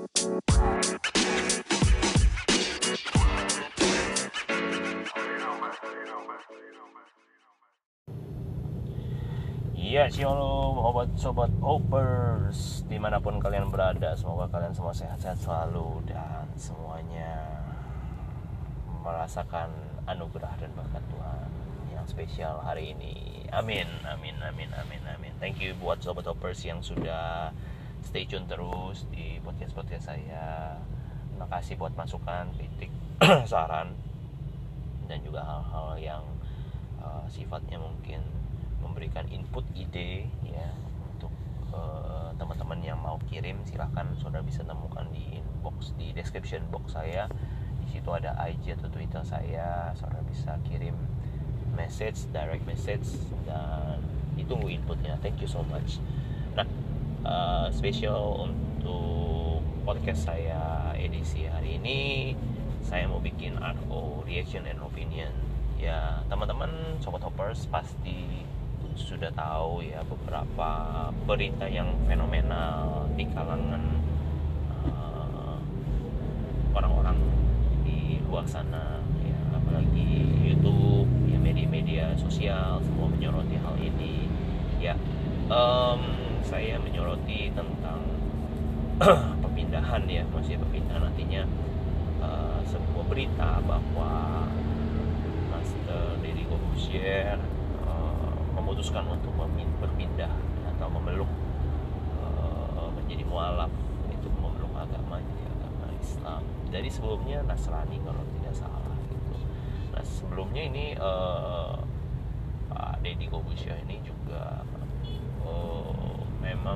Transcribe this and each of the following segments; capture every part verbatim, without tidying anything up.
Ya, shalom sobat-sobat Opers dimanapun kalian berada. Semoga kalian semua sehat-sehat selalu dan semuanya merasakan anugerah dan berkat Tuhan yang spesial hari ini. Amin, amin, amin, amin, amin. Thank you buat sobat Opers yang sudah stay tune terus di podcast-podcast saya. Terima kasih buat masukan, kritik, saran, dan juga hal-hal yang uh, sifatnya mungkin memberikan input ide ya untuk uh, teman-teman yang mau kirim. Silahkan saudara bisa temukan di inbox, di description box saya. Di situ ada I G atau Twitter saya. Saudara bisa kirim message, direct message, dan ditunggu inputnya. Thank you so much. Nah, uh, spesial untuk podcast saya edisi hari ini, saya mau bikin R O, reaction and opinion. Ya, teman-teman sobat Hoppers pasti sudah tahu ya beberapa berita yang fenomenal di kalangan uh, orang-orang di luar sana ya, apalagi YouTube ya, media-media sosial semua menyoroti hal ini ya. um, saya menyoroti tentang perpindahan ya, masih perpindahan artinya uh, sebuah berita bahwa Master Deddy Corbuzier memutuskan untuk berpindah atau memeluk uh, menjadi mualaf, itu memeluk agama jadi agama Islam dari sebelumnya Nasrani kalau tidak salah gitu. Nah sebelumnya ini uh, Pak Deddy Corbuzier ini juga uh, memang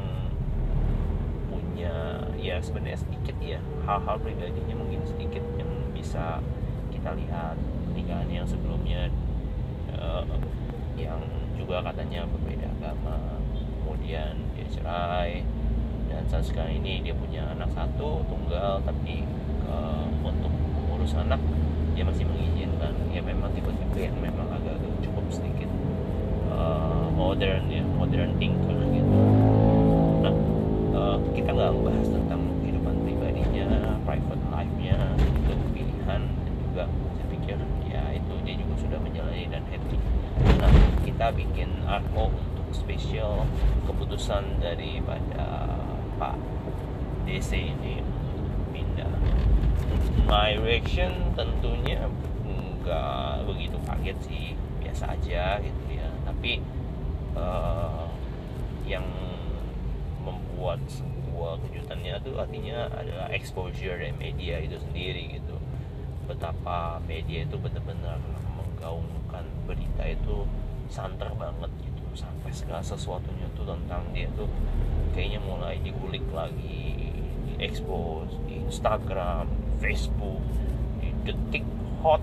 punya ya sebenarnya sedikit ya hal-hal pribadinya mungkin sedikit yang bisa kita lihat pernikahan yang sebelumnya uh, yang juga katanya berbeda agama, kemudian dia cerai, dan saat sekarang ini dia punya anak satu tunggal, tapi uh, untuk mengurus anak dia masih mengizinkan. Ya memang tipe-tipe yang memang agak-agak cukup sedikit uh, modern ya, modern thinker gitu. Nah uh, kita nggak membahas tentang kehidupan pribadinya, private life-nya, itu pilihan, dan juga saya pikir ya itu dia juga sudah menjalani dan happy. Nah kita bikin R O untuk spesial keputusan daripada Pak D C ini pindah. My reaction tentunya nggak begitu kaget sih, biasa aja gitu ya. Tapi uh, yang membuat sebuah kejutannya itu artinya adalah exposure dari media itu sendiri gitu. Betapa media itu benar-benar menggaungkan berita itu santer banget gitu, sampai segala sesuatunya tuh tentang dia tuh kayaknya mulai dikulik lagi, diekspos di Instagram, Facebook, di Detik, Hot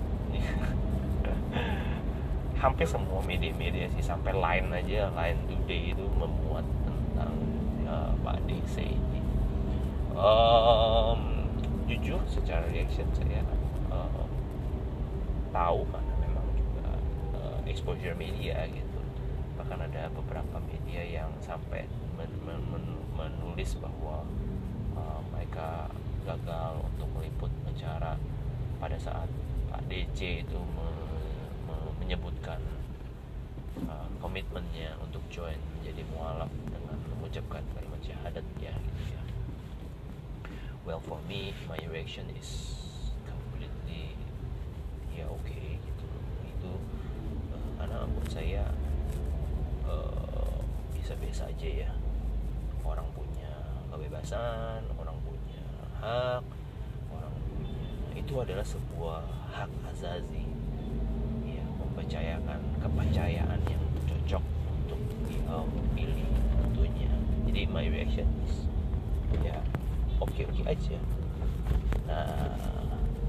hampir semua media-media sih, sampai Line aja, Line Today itu memuat tentang uh, Pak D C ini. um, jujur secara reaction saya uh, tahu karena memang juga uh, exposure media gitu. Bahkan ada beberapa media yang sampai men- men- men- menulis bahwa uh, mereka gagal untuk meliput acara pada saat Pak D C itu me- me- menyebutkan uh, komitmennya untuk join menjadi mualaf dengan mengucapkan kalimat syahadat ya gitu ya. Well, for me my reaction is completely ya oke okay, gitu. Itu uh, karena buat saya uh, biasa-biasa aja ya. Orang punya kebebasan, orang punya hak, orang punya, itu adalah sebuah hak azazi ya, mempercayakan kepercayaan yang cocok untuk dia pilih tentunya. Jadi my reaction is ya oke-oke aja. Nah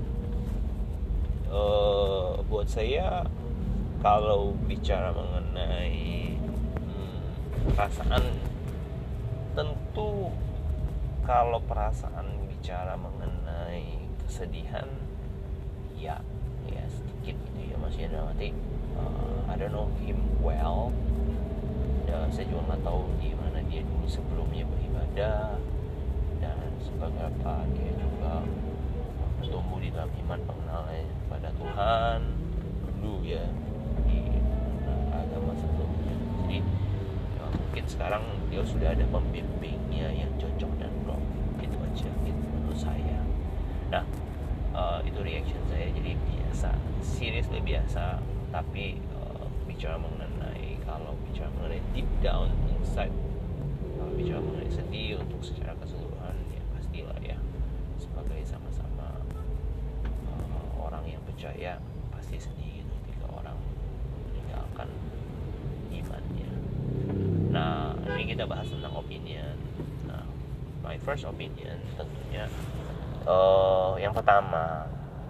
Uh, buat saya kalau bicara mengenai hmm, perasaan, tentu kalau perasaan bicara mengenai kesedihan ya ya sedikit gitu ya, masih ada nanti uh, I don't know him well ya, saya juga nggak tahu di mana dia dulu sebelumnya beribadah dan beberapa dia juga tumbuh di dalam iman pengenalan pada Tuhan dulu ya di agama sebelumnya. Jadi ya, mungkin sekarang dia sudah ada pembimbingnya yang cocok dan klop, itu aja gitu menurut saya. Nah uh, itu reaction saya, jadi biasa, seriously biasa, tapi uh, bicara mengenai kalau bicara mengenai deep down inside, kalau bicara mengenai sedih untuk secara keseluruhan ya pastilah ya, sebagai sama-sama uh, orang yang percaya pasti sedih gitu ketika orang meninggalkan imannya. Nah ini kita bahas tentang opinion. Nah my first opinion tentunya uh, yang pertama,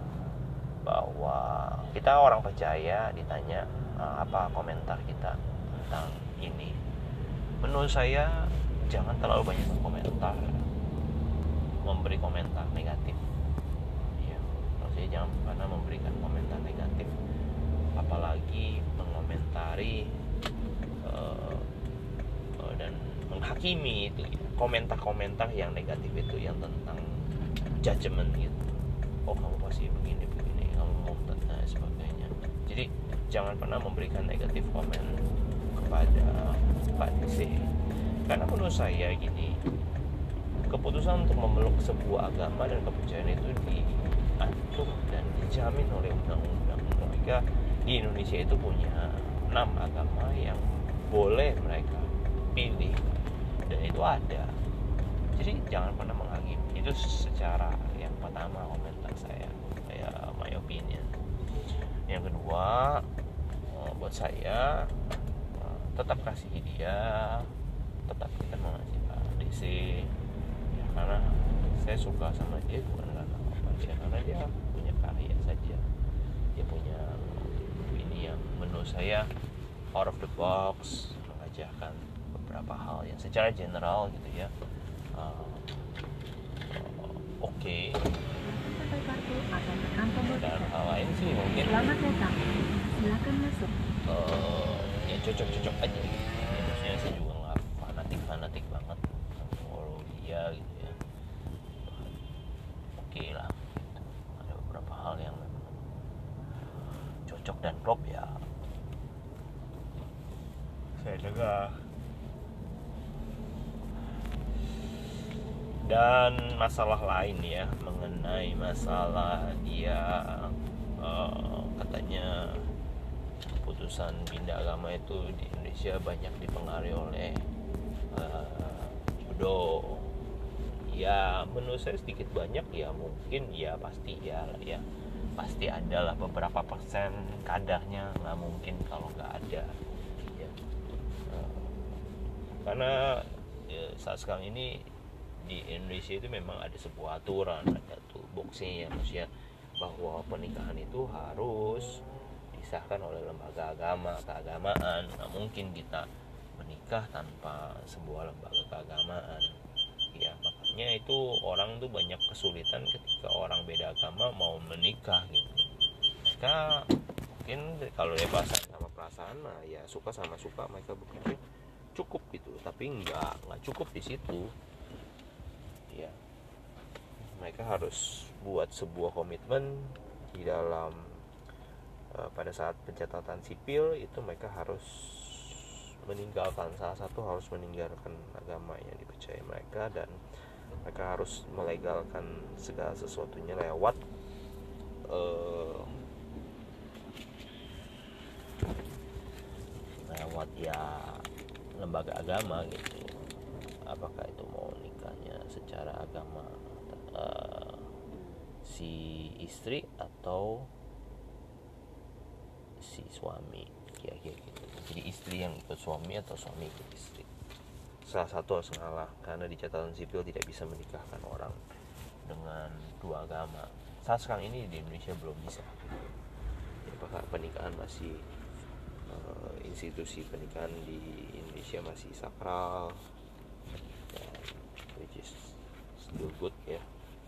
bahwa kita orang percaya ditanya uh, apa komentar kita tentang ini. Menurut saya jangan terlalu banyak komentar, memberi komentar negatif ya. Menurut saya jangan pernah memberikan komentar negatif, apalagi mengomentari uh, uh, dan menghakimi itu ya. Komentar-komentar yang negatif itu yang tentang judgment gitu, oh kamu pasti begini begini, kamu mau dan sebagainya. Jadi jangan pernah memberikan negatif komen kepada Pak D C, karena menurut saya gini, keputusan untuk memeluk sebuah agama dan kepercayaan itu diatur dan dijamin oleh undang-undang. Mereka di Indonesia itu punya enam agama yang boleh mereka pilih dan itu ada. Jadi jangan pernah menghakimi. Itu secara yang pertama komentar saya, ya my opinion. Yang kedua, buat saya tetap kasih dia, tetap kita mengasihi Pak D C ya, karena saya suka sama dia bukan karena apa ya, karena dia punya karya saja, dia punya ini yang menurut saya out of the box, mengajarkan beberapa hal yang secara general gitu ya. Uh, uh, Oke okay. Dan hal lain sih mungkin selamat datang, silakan masuk. Uh, ya cocok-cocok aja gitu. Ya, maksudnya saya juga nggak fanatik-fanatik banget follow dia gitu ya. Oke okay lah, ada beberapa hal yang memang cocok dan klop ya saya dengar. Dan masalah lain ya, mengenai masalah dia uh, katanya keputusan pindah agama itu di Indonesia banyak dipengaruhi oleh uh, jodoh. Ya menurut saya sedikit banyak ya, mungkin ya pasti ya ya pasti ada lah beberapa persen kadarnya, nggak mungkin kalau nggak ada ya. Uh, karena ya, saat sekarang ini di Indonesia itu memang ada sebuah aturan, ada tuh boxnya, maksudnya bahwa pernikahan itu harus disahkan oleh lembaga agama keagamaan. Nah, mungkin kita menikah tanpa sebuah lembaga keagamaan ya, makanya itu orang tuh banyak kesulitan ketika orang beda agama mau menikah gitu. Mereka mungkin kalau dia perasaan sama perasaan, nah ya suka sama suka, mereka berpikir cukup gitu, tapi enggak enggak cukup di situ ya. Mereka harus buat sebuah komitmen di dalam uh, pada saat pencatatan sipil itu mereka harus meninggalkan, salah satu harus meninggalkan agama yang dipercaya mereka, dan mereka harus melegalkan segala sesuatunya lewat uh, lewat ya lembaga agama gitu. Apakah itu mau nikahnya secara agama uh, si istri atau si suami, kira-kira gitu. Jadi istri yang ikut suami atau suami ikut istri, salah satu harus ngalah, karena di catatan sipil tidak bisa menikahkan orang dengan dua agama. Saat sekarang ini di Indonesia belum bisa gitu. Jadi pernikahan masih uh, institusi pernikahan di Indonesia masih sakral, which is still good ya.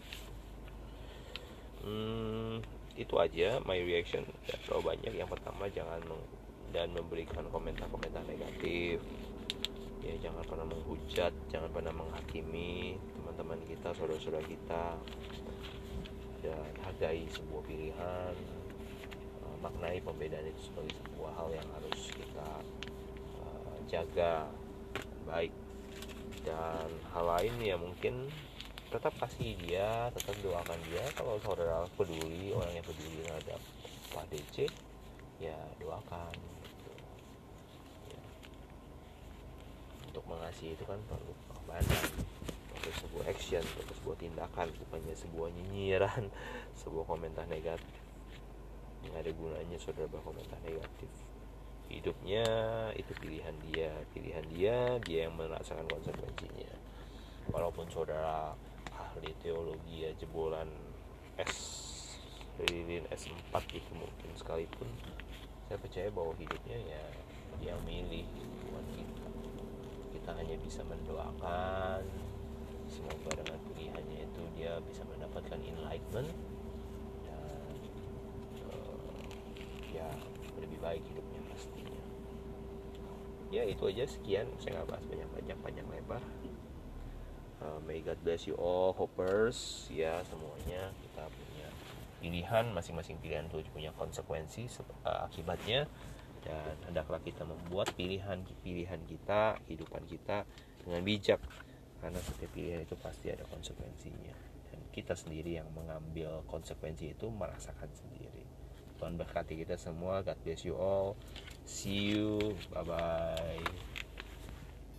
Hmm, itu aja my reaction, tidak terlalu banyak. Yang pertama, jangan meng- dan memberikan komentar-komentar negatif ya, jangan pernah menghujat, jangan pernah menghakimi teman teman-teman kita, saudara-saudara kita, dan hargai sebuah pilihan. Uh, maknai pembedaan itu sebagai sebuah hal yang harus kita uh, jaga baik. Dan hal lain ya mungkin tetap kasih dia, tetap doakan dia. Kalau saudara peduli, orang yang peduli terhadap Pak D C, ya doakan gitu. Ya. Untuk mengasihi itu kan perlu pengorbanan, perlu sebuah action, perlu sebuah tindakan, bukannya sebuah nyinyiran, sebuah komentar negatif. Nggak ada gunanya saudara berkomentar negatif. Hidupnya itu pilihan dia, pilihan dia, dia yang merasakan konsekuensinya. Walaupun saudara ahli teologi ya jebolan S lilin S empat gitu mungkin sekalipun, saya percaya bahwa hidupnya ya dia yang milih, bukan kita. Kita hanya bisa mendoakan semoga dengan pilihannya itu dia bisa mendapatkan enlightenment dan uh, ya lebih baik hidupnya pastinya. Ya itu aja, sekian, saya nggak bahas banyak-banyak panjang lebar. Uh, may God bless you all hoppers ya semuanya. Kita punya pilihan, masing-masing pilihan itu punya konsekuensi uh, akibatnya, dan hendaklah kita membuat pilihan-pilihan kita, kehidupan kita dengan bijak, karena setiap pilihan itu pasti ada konsekuensinya, dan kita sendiri yang mengambil konsekuensi itu, merasakan sendiri. Tuhan berkati kita semua. God bless you all. See you. Bye bye.